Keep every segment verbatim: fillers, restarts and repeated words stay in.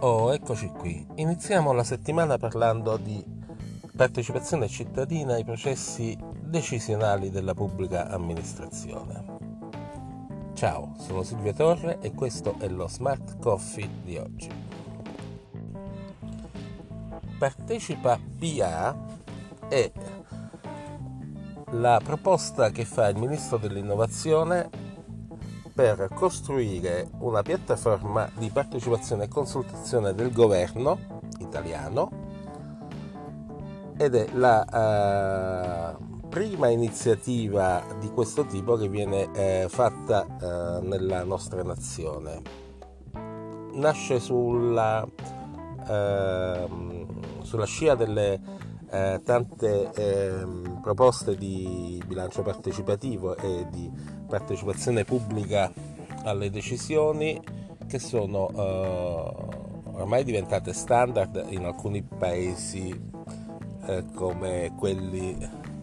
Oh, eccoci qui. Iniziamo la settimana parlando di partecipazione cittadina ai processi decisionali della pubblica amministrazione. Ciao, sono Silvio Torre e questo è lo Smart Coffee di oggi. Partecipa P A è la proposta che fa il Ministro dell'Innovazione per costruire una piattaforma di partecipazione e consultazione del governo italiano ed è la uh, prima iniziativa di questo tipo che viene eh, fatta uh, nella nostra nazione. Nasce sulla, uh, sulla scia delle Eh, tante eh, proposte di bilancio partecipativo e di partecipazione pubblica alle decisioni che sono eh, ormai diventate standard in alcuni paesi eh, come quelli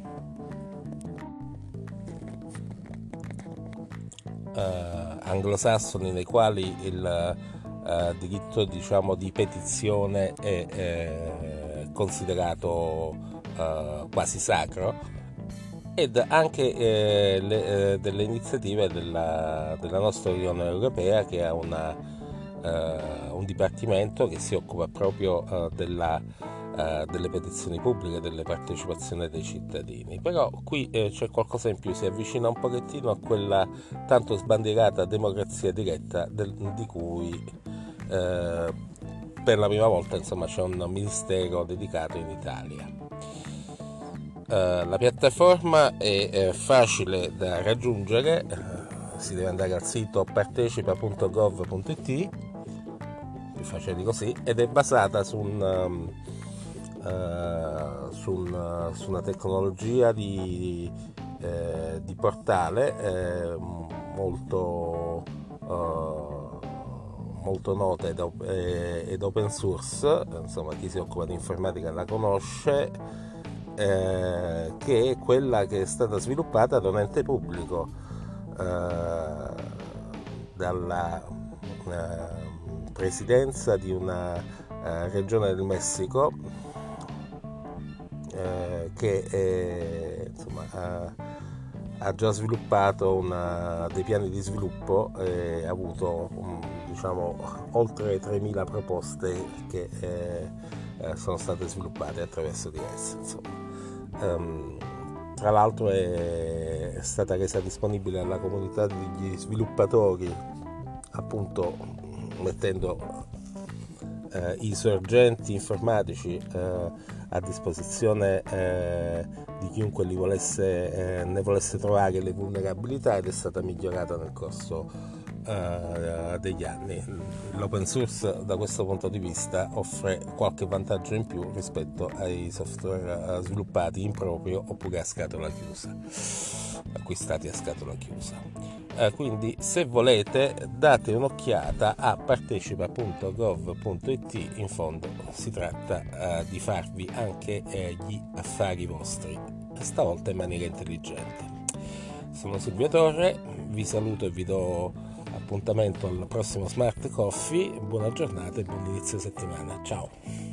eh, anglosassoni, nei quali il eh, diritto, diciamo, di petizione è eh, considerato uh, quasi sacro, ed anche eh, le, eh, delle iniziative della, della nostra Unione Europea, che ha una, uh, un dipartimento che si occupa proprio uh, della, uh, delle petizioni pubbliche, delle partecipazioni dei cittadini. Però qui eh, c'è qualcosa in più, si avvicina un pochettino a quella tanto sbandierata democrazia diretta del, di cui eh, per la prima volta, insomma, c'è un ministero dedicato in Italia. Uh, la piattaforma è, è facile da raggiungere, uh, si deve andare al sito partecipa punto gov punto it, più facile di così, ed è basata su, un, um, uh, su, un, uh, su una tecnologia di, eh, di portale eh, molto uh, molto nota ed, ed open source, insomma chi si occupa di informatica la conosce, eh, che è quella che è stata sviluppata da un ente pubblico, eh, dalla eh, presidenza di una eh, regione del Messico, eh, che è, insomma, ha, ha già sviluppato una, dei piani di sviluppo e ha avuto un, diciamo oltre tremila proposte che eh, eh, sono state sviluppate attraverso di esse. Um, tra l'altro è, è stata resa disponibile alla comunità degli sviluppatori, appunto mettendo eh, i sorgenti informatici eh, a disposizione eh, di chiunque li volesse, eh, ne volesse trovare le vulnerabilità, ed è stata migliorata nel corso Uh, degli anni. L'open source da questo punto di vista offre qualche vantaggio in più rispetto ai software uh, sviluppati in proprio oppure a scatola chiusa, acquistati a scatola chiusa. Uh, quindi se volete date un'occhiata a partecipa punto gov punto it, in fondo si tratta uh, di farvi anche eh, gli affari vostri, stavolta in maniera intelligente. Sono Silvio Torre, vi saluto e vi do appuntamento al prossimo Smart Coffee. Buona giornata e buon inizio settimana. Ciao.